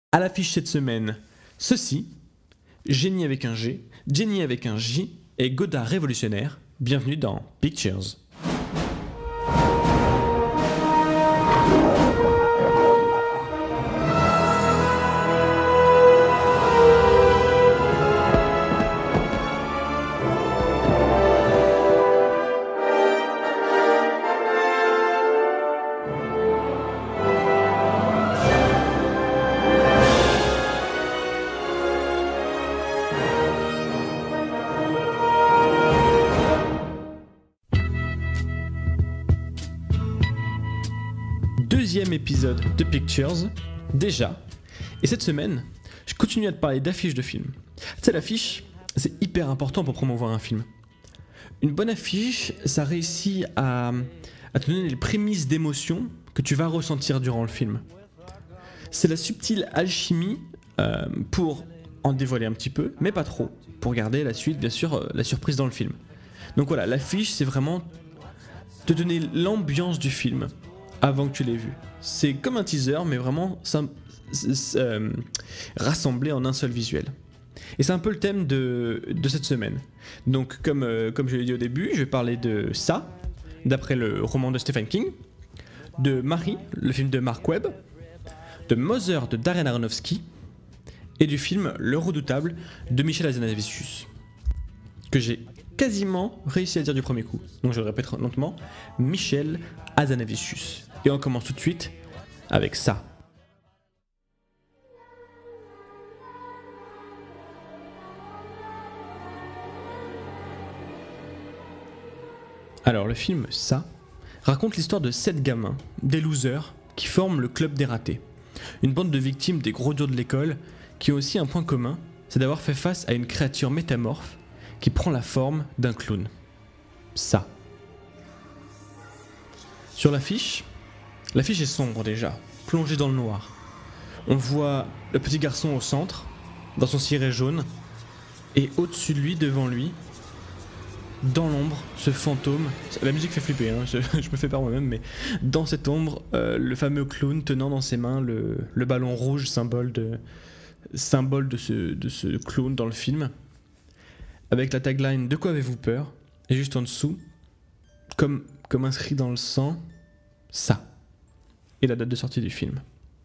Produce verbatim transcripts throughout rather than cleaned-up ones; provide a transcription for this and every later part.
À l'affiche cette semaine, ceci, Génie avec un G, Jenny avec un J et Godard révolutionnaire. Bienvenue dans Pictures. Deuxième épisode de Pictures, déjà. Et cette semaine, je continue à te parler d'affiches de films. Tu sais, l'affiche, c'est hyper important pour promouvoir un film. Une bonne affiche, ça réussit à, à te donner les prémices d'émotions que tu vas ressentir durant le film. C'est la subtile alchimie euh, pour en dévoiler un petit peu, mais pas trop, pour garder la suite, bien sûr, euh, la surprise dans le film. Donc voilà, l'affiche, c'est vraiment te donner l'ambiance du film avant que tu l'aies vu. C'est comme un teaser, mais vraiment ça, euh, rassemblé en un seul visuel. Et c'est un peu le thème de, de cette semaine. Donc comme, euh, comme je l'ai dit au début, je vais parler de ça, d'après le roman de Stephen King, de Marie, le film de Mark Webb, de Mother de Darren Aronofsky, et du film Le Redoutable de Michel Hazanavicius, que j'ai quasiment réussi à dire du premier coup. Donc je le répète lentement, Michel Hazanavicius. Et on commence tout de suite avec ça. Alors le film Ça raconte l'histoire de sept gamins, des losers, qui forment le club des ratés. Une bande de victimes des gros durs de l'école qui ont aussi un point commun, c'est d'avoir fait face à une créature métamorphe qui prend la forme d'un clown. Ça. Sur l'affiche, l'affiche est sombre déjà, plongée dans le noir. On voit le petit garçon au centre, dans son ciré jaune, et au-dessus de lui, devant lui, dans l'ombre, ce fantôme. La musique fait flipper, hein, je, je me fais peur moi-même, mais dans cette ombre, euh, le fameux clown tenant dans ses mains le, le ballon rouge, symbole de, symbole de ce, de ce clown dans le film, avec la tagline « De quoi avez-vous peur ?» et juste en dessous, comme, comme inscrit dans le sang, ça. Et la date de sortie du film.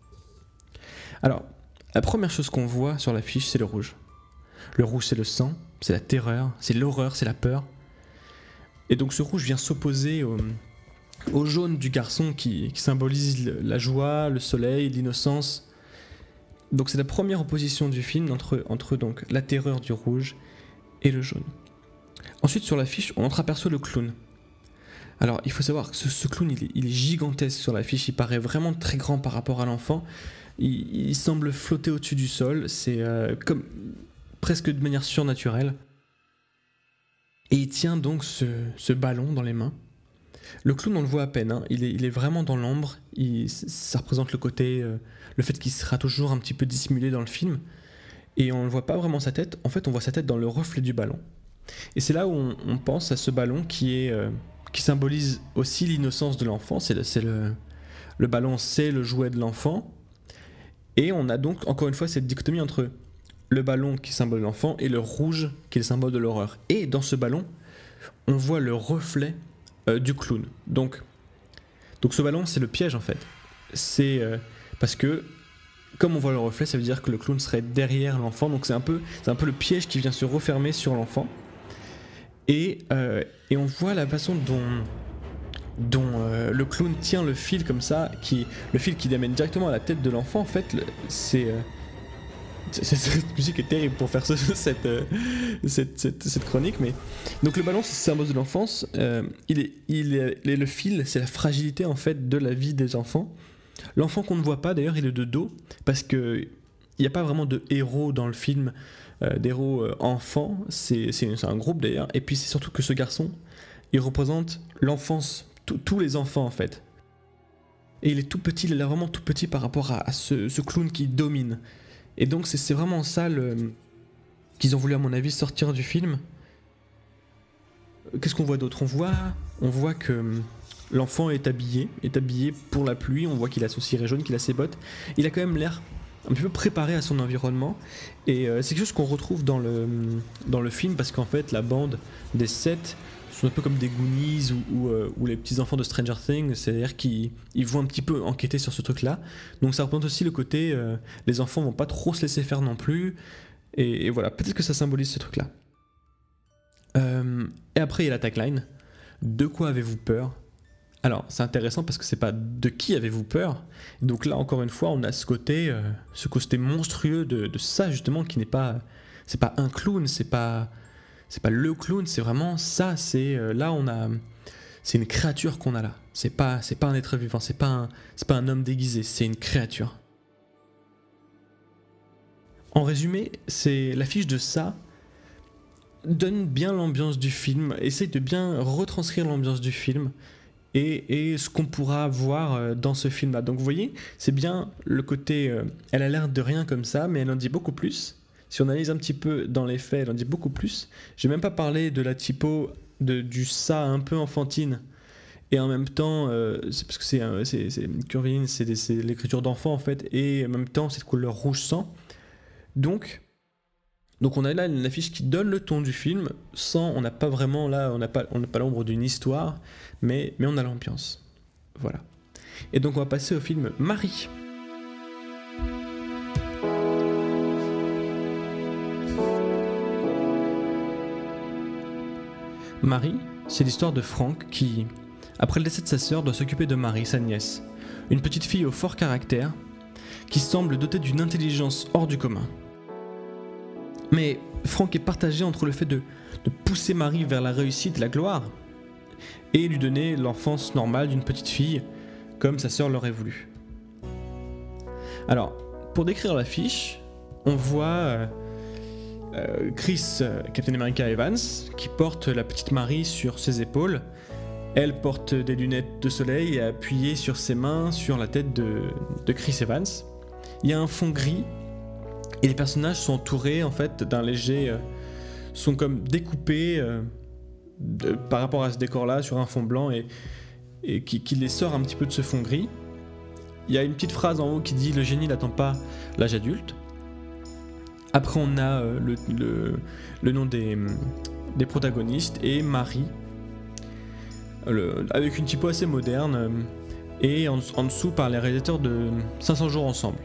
Alors, la première chose qu'on voit sur l'affiche, c'est le rouge. Le rouge, c'est le sang, c'est la terreur, c'est l'horreur, c'est la peur. Et donc ce rouge vient s'opposer au, au jaune du garçon qui, qui symbolise la joie, le soleil, l'innocence. Donc c'est la première opposition du film entre, entre donc, la terreur du rouge et le jaune. Ensuite, sur l'affiche, on entreaperçoit le clown. Alors, il faut savoir que ce, ce clown, il est, il est gigantesque sur l'affiche, il paraît vraiment très grand par rapport à l'enfant. Il, il semble flotter au-dessus du sol, c'est euh, comme presque de manière surnaturelle. Et il tient donc ce, ce ballon dans les mains. Le clown, on le voit à peine, hein. il, est, il est vraiment dans l'ombre, il, ça représente le côté, euh, le fait qu'il sera toujours un petit peu dissimulé dans le film. Et on ne voit pas vraiment sa tête, en fait on voit sa tête dans le reflet du ballon. Et c'est là où on, on pense à ce ballon qui est... Euh, qui symbolise aussi l'innocence de l'enfant. C'est, le, c'est le, le ballon, c'est le jouet de l'enfant. Et on a donc, encore une fois, cette dichotomie entre le ballon qui symbolise l'enfant et le rouge qui est le symbole de l'horreur. Et dans ce ballon, on voit le reflet euh, du clown. Donc, donc ce ballon, c'est le piège en fait. C'est euh, parce que, comme on voit le reflet, ça veut dire que le clown serait derrière l'enfant. Donc c'est un peu, c'est un peu le piège qui vient se refermer sur l'enfant. Et, euh, et on voit la façon dont, dont euh, le clown tient le fil comme ça, qui, le fil qui l'amène directement à la tête de l'enfant. En fait, le, c'est, euh, c'est, cette musique est terrible pour faire ce, cette, euh, cette, cette, cette chronique. Mais donc le ballon, c'est le symbole de l'enfance. Euh, il est, il est, le fil, c'est la fragilité en fait de la vie des enfants. L'enfant qu'on ne voit pas, d'ailleurs, il est de dos parce que il n'y a pas vraiment de héros dans le film. Euh, d'héros euh, enfants, c'est, c'est, c'est un groupe d'ailleurs, et puis c'est surtout que ce garçon, il représente l'enfance, tous les enfants en fait. Et il est tout petit, il est vraiment tout petit par rapport à, à ce, ce clown qui domine. Et donc c'est, c'est vraiment ça le, qu'ils ont voulu à mon avis sortir du film. Qu'est-ce qu'on voit d'autre ? On voit, on voit que l'enfant est habillé, est habillé pour la pluie, on voit qu'il a son ciré jaune, qu'il a ses bottes. Il a quand même l'air un petit peu préparé à son environnement. Et euh, c'est quelque chose qu'on retrouve dans le, dans le film, parce qu'en fait la bande des sept sont un peu comme des Goonies ou, ou, euh, ou les petits enfants de Stranger Things, c'est-à-dire qu'ils ils vont un petit peu enquêter sur ce truc-là. Donc ça représente aussi le côté, euh, les enfants vont pas trop se laisser faire non plus, et, et voilà, peut-être que ça symbolise ce truc-là. Euh, et après il y a la tagline, de quoi avez-vous peur ? Alors c'est intéressant parce que c'est pas de qui avez-vous peur, donc là encore une fois on a ce côté, euh, ce côté monstrueux de, de ça justement, qui n'est pas, c'est pas un clown, c'est pas, c'est pas le clown, c'est vraiment ça, c'est euh, là on a, c'est une créature qu'on a là, c'est pas, c'est pas un être vivant, c'est pas un, c'est pas un homme déguisé, c'est une créature. En résumé, c'est l'affiche de ça donne bien l'ambiance du film, essaye de bien retranscrire l'ambiance du film. Et, et ce qu'on pourra voir dans ce film-là. Donc vous voyez, c'est bien le côté... Euh, elle a l'air de rien comme ça, mais elle en dit beaucoup plus. Si on analyse un petit peu dans les faits, elle en dit beaucoup plus. J'ai même pas parlé de la typo, de, du ça un peu enfantine. Et en même temps, euh, c'est parce que c'est, euh, c'est, c'est curviligne, c'est, des, c'est l'écriture d'enfant en fait. Et en même temps, c'est de couleur rouge sang. Donc... Donc on a là une affiche qui donne le ton du film, sans, on n'a pas vraiment là, on n'a pas, on n'a pas l'ombre d'une histoire, mais, mais on a l'ambiance. Voilà. Et donc on va passer au film Marie. Marie, c'est l'histoire de Frank qui, après le décès de sa sœur, doit s'occuper de Marie, sa nièce, une petite fille au fort caractère, qui semble dotée d'une intelligence hors du commun. Mais Frank est partagé entre le fait de, de pousser Marie vers la réussite et la gloire, et lui donner l'enfance normale d'une petite fille, comme sa sœur l'aurait voulu. Alors, pour décrire l'affiche, on voit euh, euh, Chris, euh, Captain America Evans, qui porte la petite Marie sur ses épaules. Elle porte des lunettes de soleil et est appuyée sur ses mains sur la tête de, de Chris Evans. Il y a un fond gris, et les personnages sont entourés en fait d'un léger, euh, sont comme découpés euh, de, par rapport à ce décor-là sur un fond blanc et, et qui, qui les sort un petit peu de ce fond gris. Il y a une petite phrase en haut qui dit « Le génie n'attend pas l'âge adulte ». Après on a euh, le, le, le nom des, des protagonistes et Marie, le, avec une typo assez moderne, euh, et en, en dessous par les réalisateurs de cinq cents jours ensemble.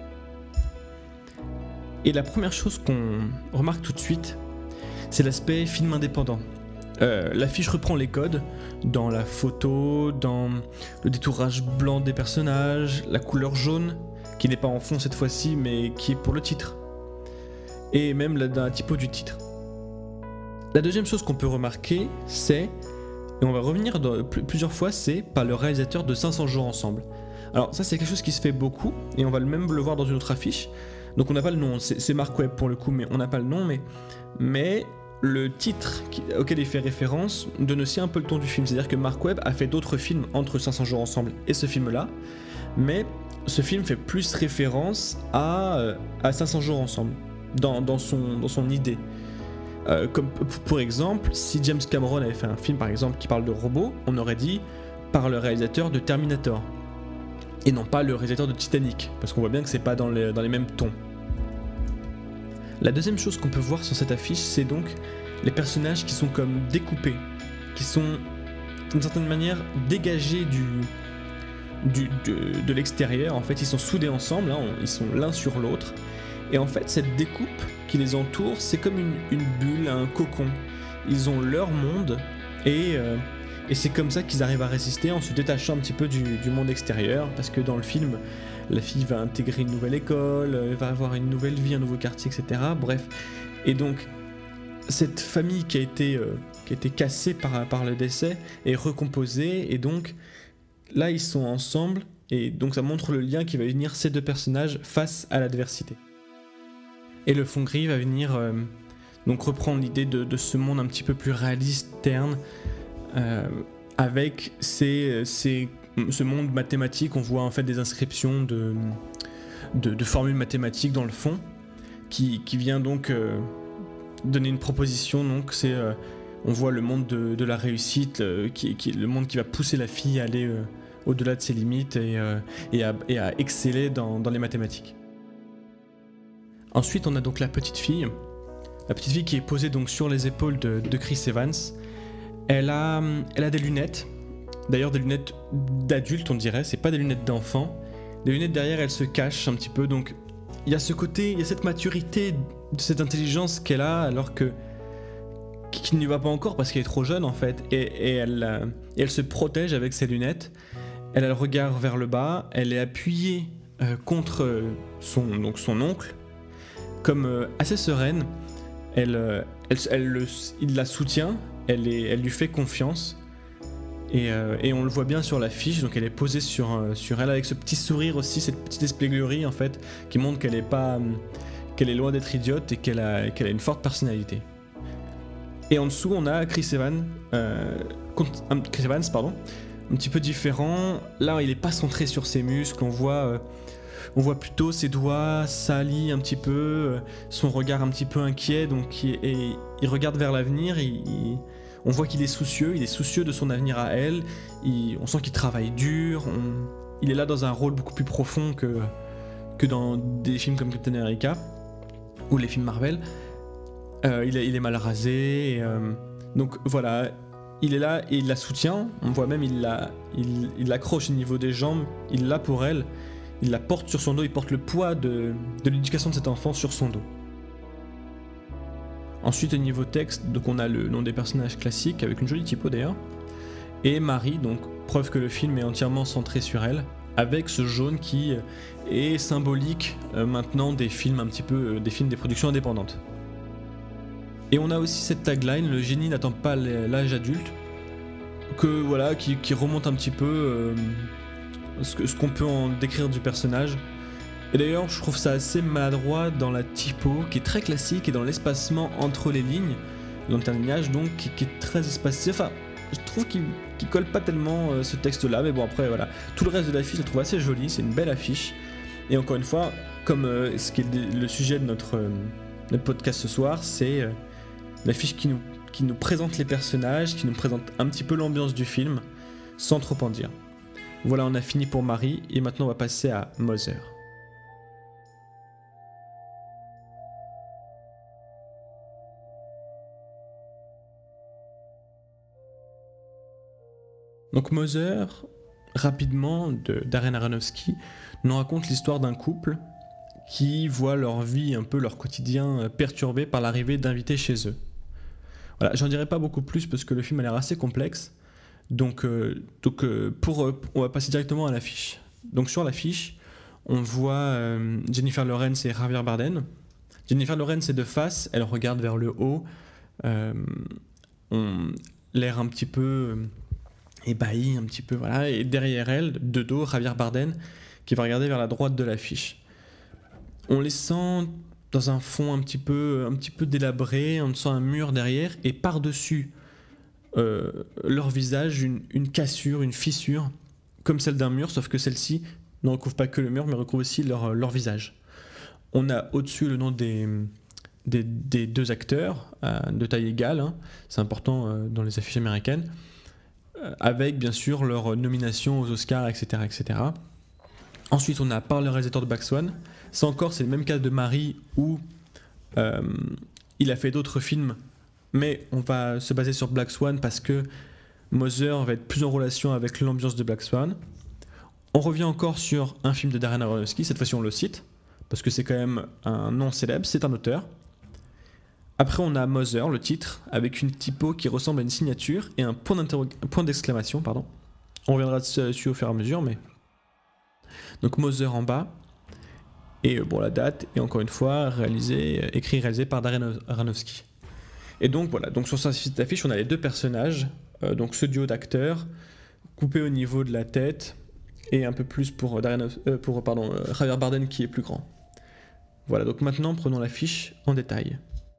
Et la première chose qu'on remarque tout de suite, c'est l'aspect film indépendant. Euh, l'affiche reprend les codes dans la photo, dans le détourage blanc des personnages, la couleur jaune, qui n'est pas en fond cette fois-ci, mais qui est pour le titre. Et même la, dans la typo du titre. La deuxième chose qu'on peut remarquer, c'est, et on va revenir dans, plusieurs fois, c'est par le réalisateur de cinq cents jours ensemble. Alors ça c'est quelque chose qui se fait beaucoup, et on va même le voir dans une autre affiche. Donc on n'a pas le nom, c'est, c'est Mark Webb pour le coup, mais on n'a pas le nom, mais, mais le titre qui, auquel il fait référence donne aussi un peu le ton du film. C'est-à-dire que Mark Webb a fait d'autres films entre cinq cents jours ensemble et ce film-là, mais ce film fait plus référence à, à cinq cents jours ensemble, dans, dans, son, dans son idée. Euh, comme pour exemple, si James Cameron avait fait un film par exemple qui parle de robots, on aurait dit par le réalisateur de Terminator. Et non pas le réalisateur de Titanic, parce qu'on voit bien que c'est pas dans les, dans les mêmes tons. La deuxième chose qu'on peut voir sur cette affiche, c'est donc les personnages qui sont comme découpés, qui sont d'une certaine manière dégagés du, du, de, de l'extérieur. En fait, ils sont soudés ensemble, hein, ils sont l'un sur l'autre. Et en fait, cette découpe qui les entoure, c'est comme une, une bulle, un cocon. Ils ont leur monde et... Euh, Et c'est comme ça qu'ils arrivent à résister en se détachant un petit peu du, du monde extérieur, parce que dans le film, la fille va intégrer une nouvelle école, elle va avoir une nouvelle vie, un nouveau quartier, et cetera. Bref. Et donc, cette famille qui a été, euh, qui a été cassée par, par le décès est recomposée, et donc, là, ils sont ensemble, et donc ça montre le lien qui va unir ces deux personnages face à l'adversité. Et le fond gris va venir euh, donc reprendre l'idée de, de ce monde un petit peu plus réaliste, terne, Euh, avec ces, ces, ce monde mathématique. On voit en fait des inscriptions de, de, de formules mathématiques dans le fond qui, qui vient donc euh, donner une proposition. Donc c'est, euh, on voit le monde de, de la réussite, euh, qui, qui, le monde qui va pousser la fille à aller euh, au-delà de ses limites et, euh, et, à, et à exceller dans, dans les mathématiques. Ensuite, on a donc la petite fille. La petite fille qui est posée donc sur les épaules de, de Chris Evans. Elle a, elle a des lunettes. D'ailleurs, des lunettes d'adulte, on dirait. C'est pas des lunettes d'enfant. Des lunettes derrière, elle se cache un petit peu. Donc, il y a ce côté, il y a cette maturité, cette intelligence qu'elle a, alors que qui ne lui va pas encore parce qu'elle est trop jeune en fait. Et, et, elle, euh, et elle se protège avec ses lunettes. Elle a le regard vers le bas. Elle est appuyée euh, contre son, donc son oncle, comme euh, assez sereine. Elle, euh, elle, elle, le, il la soutient. Elle, est, elle lui fait confiance. Et, euh, et on le voit bien sur l'affiche, donc elle est posée sur, euh, sur elle avec ce petit sourire aussi, cette petite espièglerie en fait, qui montre qu'elle est pas, qu'elle est loin d'être idiote et qu'elle a, qu'elle a une forte personnalité. Et en dessous, on a Chris Evans, euh, Chris Evans, pardon, un petit peu différent. Là, il est pas centré sur ses muscles, on voit, euh, on voit plutôt ses doigts salis un petit peu, euh, son regard un petit peu inquiet, donc il, et, il regarde vers l'avenir. Il, il, On voit qu'il est soucieux, il est soucieux de son avenir à elle, il, on sent qu'il travaille dur, on, il est là dans un rôle beaucoup plus profond que, que dans des films comme Captain America ou les films Marvel. Euh, il, est, il est mal rasé, et, euh, donc voilà, il est là et il la soutient, on voit même il la, il, il l'accroche au niveau des jambes, il l'a pour elle, il la porte sur son dos, il porte le poids de, de l'éducation de cet enfant sur son dos. Ensuite, au niveau texte, donc on a le nom des personnages classiques, avec une jolie typo d'ailleurs, et Marie, donc preuve que le film est entièrement centré sur elle, avec ce jaune qui est symbolique euh, maintenant des films un petit peu, euh, des films des productions indépendantes. Et on a aussi cette tagline, le génie n'attend pas l'âge adulte, que voilà, qui, qui remonte un petit peu euh, ce, que, ce qu'on peut en décrire du personnage. Et d'ailleurs, je trouve ça assez maladroit dans la typo, qui est très classique, et dans l'espacement entre les lignes, l'enterlignage donc, qui, qui est très espacé. Enfin, je trouve qu'il ne colle pas tellement euh, ce texte-là, mais bon, après, voilà. Tout le reste de l'affiche, je le trouve assez joli, c'est une belle affiche. Et encore une fois, comme euh, ce qui est le sujet de notre, euh, notre podcast ce soir, c'est euh, l'affiche qui nous, qui nous présente les personnages, qui nous présente un petit peu l'ambiance du film, sans trop en dire. Voilà, on a fini pour Marie, et maintenant on va passer à Mother. Donc Mother, rapidement, de Darren Aronofsky, nous raconte l'histoire d'un couple qui voit leur vie, un peu leur quotidien perturbé par l'arrivée d'invités chez eux. Voilà, j'en dirai pas beaucoup plus parce que le film a l'air assez complexe, donc, euh, donc euh, pour, euh, on va passer directement à l'affiche. Donc sur l'affiche, on voit euh, Jennifer Lawrence et Javier Bardem. Jennifer Lawrence est de face, elle regarde vers le haut, euh, on, l'air un petit peu... ébahi un petit peu, voilà, et derrière elle, de dos, Javier Bardem, qui va regarder vers la droite de l'affiche. On les sent dans un fond un petit peu, un petit peu délabré, on sent un mur derrière, et par-dessus euh, leur visage, une, une cassure, une fissure, comme celle d'un mur, sauf que celle-ci ne recouvre pas que le mur, mais recouvre aussi leur, leur visage. On a au-dessus le nom des, des, des deux acteurs, euh, de taille égale, hein, c'est important euh, dans les affiches américaines, avec bien sûr leur nomination aux Oscars, et cetera, et cetera. Ensuite, on a par le réalisateur de Black Swan. Ça encore, c'est le même cas de Marie, où euh, il a fait d'autres films, mais on va se baser sur Black Swan parce que Mother va être plus en relation avec l'ambiance de Black Swan. On revient encore sur un film de Darren Aronofsky, cette fois-ci on le cite, parce que c'est quand même un nom célèbre, c'est un auteur. Après, on a Mother, le titre, avec une typo qui ressemble à une signature et un point, un point d'exclamation, pardon. On reviendra dessus au fur et à mesure, mais... Donc Mother en bas, et bon, la date, et encore une fois, réalisé, écrit et réalisé par Darren Aronofsky. Et donc voilà, donc sur cette affiche, on a les deux personnages, euh, donc ce duo d'acteurs, coupé au niveau de la tête, et un peu plus pour, Darren, euh, pour pardon, euh, Javier Bardem qui est plus grand. Voilà, donc maintenant, prenons l'affiche en détail.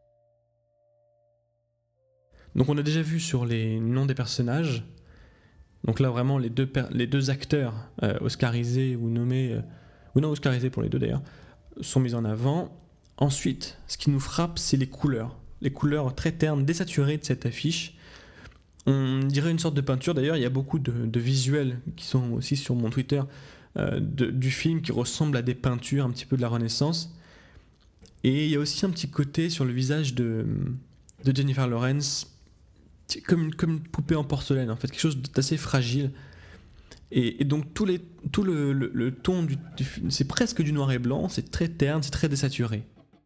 Donc on a déjà vu sur les noms des personnages, donc là vraiment les deux, per- les deux acteurs euh, oscarisés ou nommés, euh, ou non oscarisés pour les deux d'ailleurs, sont mis en avant. Ensuite, ce qui nous frappe, c'est les couleurs. Les couleurs très ternes, désaturées de cette affiche. On dirait une sorte de peinture, d'ailleurs il y a beaucoup de, de visuels qui sont aussi sur mon Twitter euh, de, du film qui ressemblent à des peintures un petit peu de la Renaissance. Et il y a aussi un petit côté sur le visage de, de Jennifer Lawrence, comme une, comme une poupée en porcelaine, en fait, quelque chose d'assez fragile. Et, et donc tout, les, tout le, le, le ton, du, du, c'est presque du noir et blanc, c'est très terne, c'est très désaturé.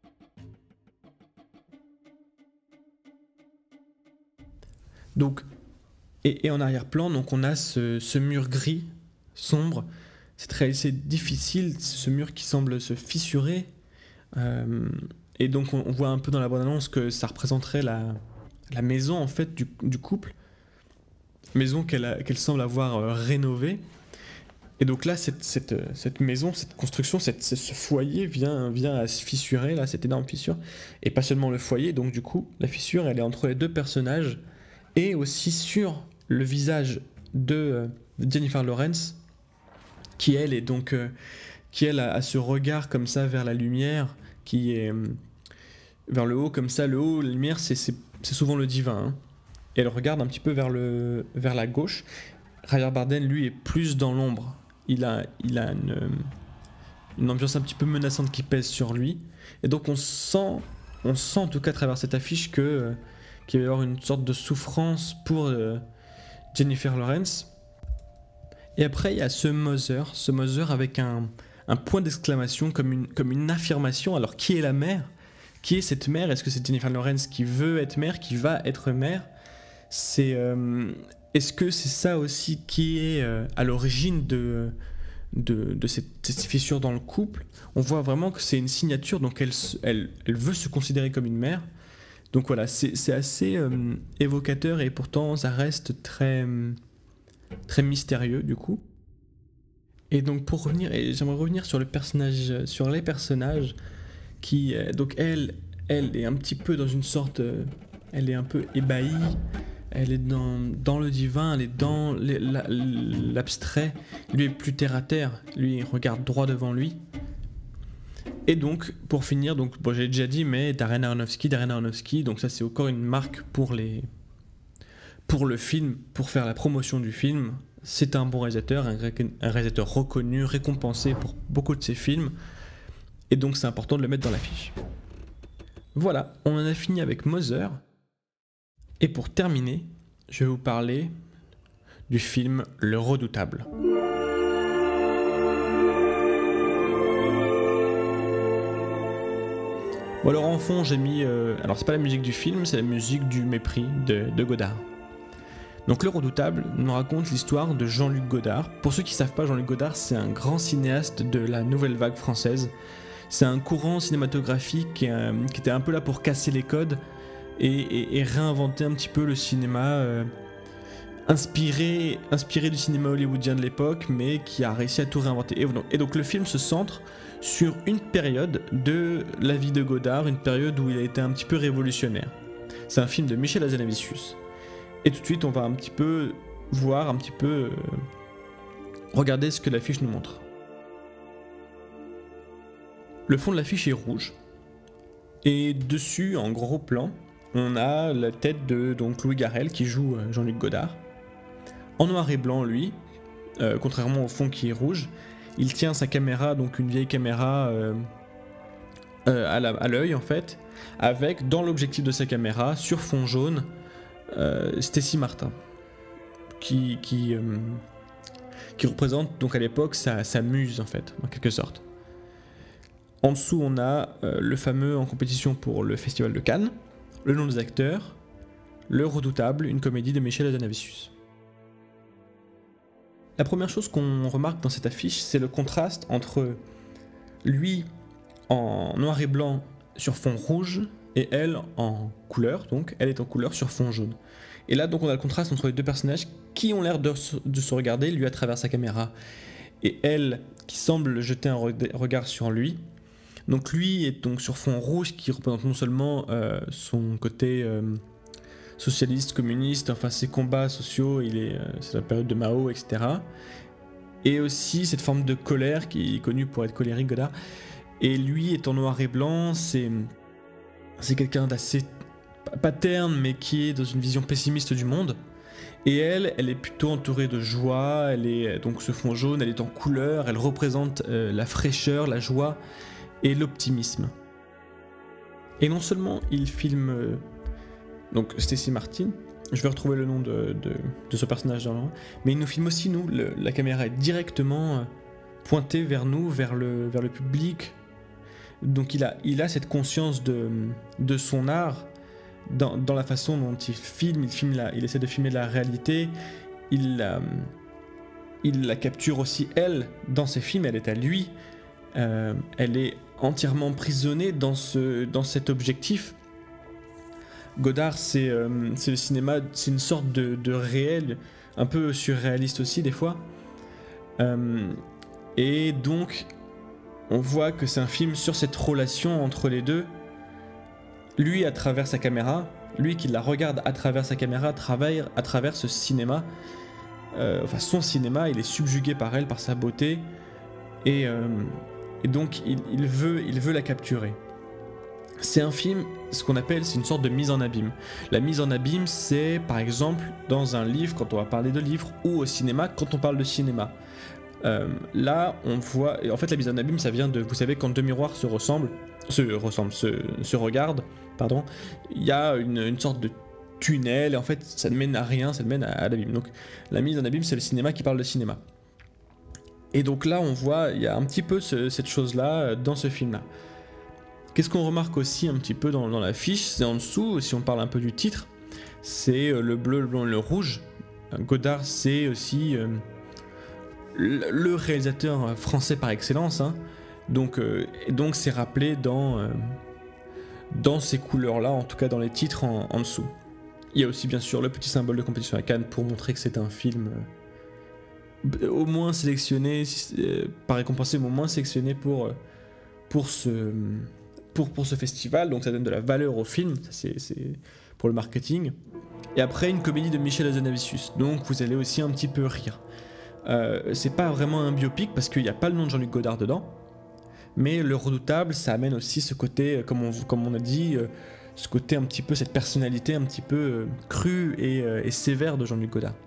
Donc, et, et en arrière-plan, donc on a ce, ce mur gris, sombre. C'est très, c'est difficile, ce mur qui semble se fissurer. Euh, et donc on, on voit un peu dans la bande-annonce que ça représenterait la, la maison en fait du, du couple. Maison qu'elle, a, qu'elle semble avoir euh, rénovée. Et donc là, cette, cette, cette maison, cette construction, cette, ce foyer vient, vient à se fissurer, là, cette énorme fissure. Et pas seulement le foyer, donc du coup, la fissure, elle est entre les deux personnages et aussi sur le visage de, de Jennifer Lawrence, qui elle est donc, euh, qui elle a, a ce regard comme ça vers la lumière, qui est euh, vers le haut comme ça. Le haut, la lumière, c'est, c'est, c'est souvent le divin. Hein. Et elle regarde un petit peu vers, le, vers la gauche. Javier Bardem, lui, est plus dans l'ombre. Il a, il a une, une ambiance un petit peu menaçante qui pèse sur lui. Et donc on sent, on sent en tout cas à travers cette affiche que, euh, qu'il va y avoir une sorte de souffrance pour euh, Jennifer Lawrence. Et après, il y a ce Mother, ce Mother avec un, un point d'exclamation comme une, comme une affirmation. Alors, qui est la mère ? Qui est cette mère ? Est-ce que c'est Jennifer Lawrence qui veut être mère, qui va être mère ? C'est, euh, est-ce que c'est ça aussi qui est euh, à l'origine de, de, de cette, cette fissure dans le couple ? On voit vraiment que c'est une signature, donc elle, elle, elle veut se considérer comme une mère. Donc voilà, c'est, c'est assez euh, évocateur et pourtant ça reste très, très mystérieux du coup. Et donc pour revenir, et j'aimerais revenir sur le personnage, sur les personnages qui, euh, donc elle, elle est un petit peu dans une sorte, euh, elle est un peu ébahie. Elle est dans, dans le divin, elle est dans les, la, l'abstrait. Lui est plus terre à terre, lui il regarde droit devant lui. Et donc, pour finir, donc, bon, j'ai déjà dit, mais Darren Aronofsky, Darren Aronofsky, donc ça c'est encore une marque pour, les, pour le film, pour faire la promotion du film. C'est un bon réalisateur, un, un réalisateur reconnu, récompensé pour beaucoup de ses films. Et donc c'est important de le mettre dans l'affiche. Voilà, on en a fini avec Mother. Et pour terminer, je vais vous parler du film Le Redoutable. Bon alors en fond j'ai mis, euh, alors c'est pas la musique du film, c'est la musique du mépris de, de Godard. Donc Le Redoutable nous raconte l'histoire de Jean-Luc Godard. Pour ceux qui ne savent pas, Jean-Luc Godard c'est un grand cinéaste de la nouvelle vague française. C'est un courant cinématographique qui, euh, qui était un peu là pour casser les codes. Et, et, et réinventer un petit peu le cinéma euh, inspiré, inspiré du cinéma hollywoodien de l'époque, mais qui a réussi à tout réinventer. Et donc, et donc le film se centre sur une période de la vie de Godard, une période où il a été un petit peu révolutionnaire. C'est un film de Michel Hazanavicius. Et tout de suite, on va un petit peu voir, un petit peu euh, regarder ce que l'affiche nous montre. Le fond de l'affiche est rouge. Et dessus, en gros plan, on a la tête de donc, Louis Garrel qui joue Jean-Luc Godard. En noir et blanc, lui, euh, contrairement au fond qui est rouge, il tient sa caméra, donc une vieille caméra euh, euh, à, la, à l'œil en fait, avec dans l'objectif de sa caméra, sur fond jaune, euh, Stacy Martin, qui, qui, euh, qui représente donc à l'époque sa, sa muse en fait, en quelque sorte. En dessous, on a euh, le fameux en compétition pour le Festival de Cannes, le nom des acteurs, Le Redoutable, une comédie de Michel Hazanavicius. La première chose qu'on remarque dans cette affiche, c'est le contraste entre lui en noir et blanc sur fond rouge et elle en couleur, donc elle est en couleur sur fond jaune. Et là, donc, on a le contraste entre les deux personnages qui ont l'air de, de se regarder, lui à travers sa caméra, et elle qui semble jeter un regard sur lui. Donc lui est donc sur fond rouge qui représente non seulement euh, son côté euh, socialiste, communiste, enfin ses combats sociaux, il est, euh, c'est la période de Mao, et cetera. Et aussi cette forme de colère qui est connue pour être colérique, Godard. Et lui est en noir et blanc, c'est, c'est quelqu'un d'assez pas terne, mais qui est dans une vision pessimiste du monde. Et elle, elle est plutôt entourée de joie, elle est donc ce fond jaune, elle est en couleur, elle représente euh, la fraîcheur, la joie et l'optimisme. Et non seulement il filme euh, donc Stacey Martin, je vais retrouver le nom de, de, de ce personnage dans le mais il nous filme aussi nous, le, la caméra est directement euh, pointée vers nous, vers le, vers le public. Donc il a, il a cette conscience de, de son art dans, dans la façon dont il filme, il, filme la, il essaie de filmer la réalité, il la, il la capture aussi elle dans ses films, elle est à lui, euh, elle est entièrement prisonnée dans, ce, dans cet objectif. Godard, c'est, euh, c'est le cinéma, c'est une sorte de, de réel, un peu surréaliste aussi des fois. Euh, et donc, on voit que c'est un film sur cette relation entre les deux. Lui, à travers sa caméra, lui qui la regarde à travers sa caméra, travaille à travers ce cinéma. Euh, enfin, son cinéma, il est subjugué par elle, par sa beauté. Et, euh, et donc, il, il, veut, il veut la capturer. C'est un film, ce qu'on appelle, c'est une sorte de mise en abîme. La mise en abîme, c'est par exemple dans un livre, quand on va parler de livre, ou au cinéma, quand on parle de cinéma. Euh, là, on voit, et en fait, la mise en abîme, ça vient de, vous savez, quand deux miroirs se ressemblent, se ressemblent, se, se regardent, pardon, il y a une, une sorte de tunnel, et en fait, ça ne mène à rien, ça ne mène à, à l'abîme. Donc, la mise en abîme, c'est le cinéma qui parle de cinéma. Et donc là, on voit, il y a un petit peu ce, cette chose-là dans ce film-là. Qu'est-ce qu'on remarque aussi un petit peu dans, dans l'affiche, c'est en dessous, si on parle un peu du titre, c'est le bleu, le blanc et le rouge. Godard, c'est aussi euh, le, le réalisateur français par excellence, hein. Donc, euh, et donc c'est rappelé dans, euh, dans ces couleurs-là, en tout cas dans les titres en, en dessous. Il y a aussi bien sûr le petit symbole de compétition à Cannes pour montrer que c'est un film euh, au moins sélectionné, euh, pas récompensé, mais au moins sélectionné pour, euh, pour ce... Pour, pour ce festival, donc ça donne de la valeur au film, ça c'est, c'est pour le marketing. Et après, une comédie de Michel Hazanavicius, donc vous allez aussi un petit peu rire. Euh, c'est pas vraiment un biopic parce qu'il n'y a pas le nom de Jean-Luc Godard dedans, mais Le Redoutable, ça amène aussi ce côté, comme on, comme on a dit, euh, ce côté un petit peu, cette personnalité un petit peu euh, crue et, euh, et sévère de Jean-Luc Godard.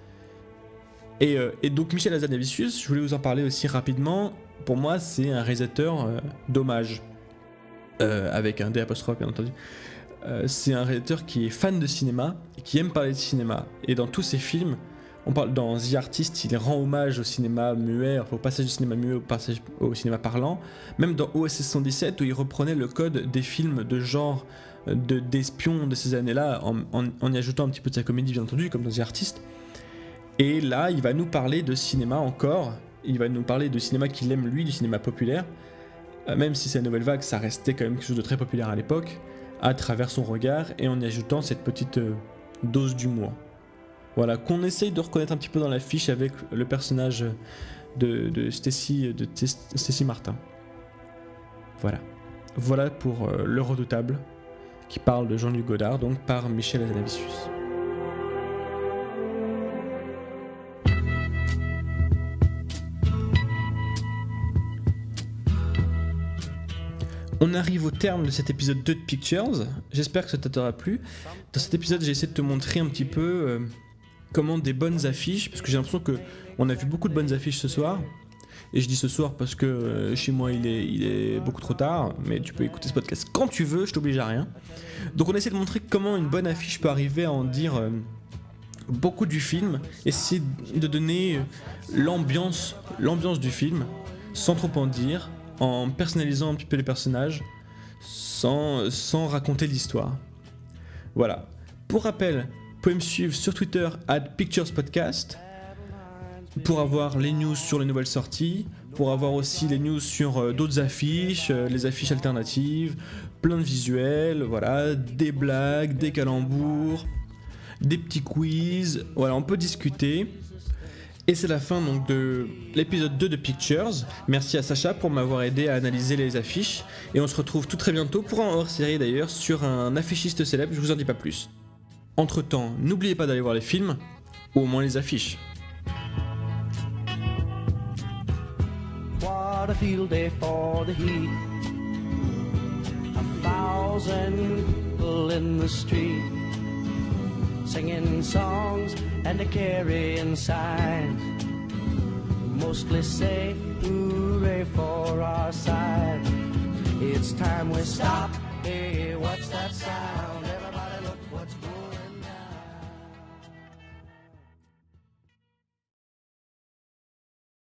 Et, euh, et donc Michel Hazanavicius, je voulais vous en parler aussi rapidement, pour moi c'est un réalisateur euh, d'hommage. Euh, avec un D apostrophe bien entendu. Euh, c'est un réalisateur qui est fan de cinéma et qui aime parler de cinéma. Et dans tous ses films, on parle dans The Artist, il rend hommage au cinéma muet, au passage du cinéma muet au passage au cinéma parlant. Même dans O S S cent dix-sept, où il reprenait le code des films de genre de, d'espions de ces années-là, en, en, en y ajoutant un petit peu de sa comédie bien entendu, comme dans The Artist. Et là, il va nous parler de cinéma encore. Il va nous parler de cinéma qu'il aime lui, du cinéma populaire. Même si c'est la nouvelle vague, ça restait quand même quelque chose de très populaire à l'époque, à travers son regard et en y ajoutant cette petite euh, dose d'humour. Voilà, qu'on essaye de reconnaître un petit peu dans l'affiche avec le personnage de, de Stacey de Stacey Martin. Voilà. Voilà pour euh, Le Redoutable, qui parle de Jean-Luc Godard, donc par Michel Hazanavicius. On arrive au terme de cet épisode deux de Pictures, j'espère que ça t'aura plu. Dans cet épisode, j'ai essayé de te montrer un petit peu euh, comment des bonnes affiches, parce que j'ai l'impression qu'on a vu beaucoup de bonnes affiches ce soir, et je dis ce soir parce que euh, chez moi il est, il est beaucoup trop tard, mais tu peux écouter ce podcast quand tu veux, je t'oblige à rien. Donc on essaie de montrer comment une bonne affiche peut arriver à en dire euh, beaucoup du film, essayer de donner l'ambiance, l'ambiance du film, sans trop en dire, en personnalisant un petit peu les personnages, sans, sans raconter l'histoire. Voilà. Pour rappel, vous pouvez me suivre sur Twitter arobase picturespodcast pour avoir les news sur les nouvelles sorties, pour avoir aussi les news sur euh, d'autres affiches, euh, les affiches alternatives, plein de visuels, voilà, des blagues, des calembours, des petits quiz, voilà, on peut discuter. Et c'est la fin donc de l'épisode deux de Pictures. Merci à Sacha pour m'avoir aidé à analyser les affiches. Et on se retrouve tout très bientôt pour un hors-série d'ailleurs sur un affichiste célèbre, je vous en dis pas plus. Entre temps, n'oubliez pas d'aller voir les films, ou au moins les affiches. What a field day for the heat. A thousand people in the street, singing songs and a carrying signs, mostly say hooray for our side. It's time we stop Hey,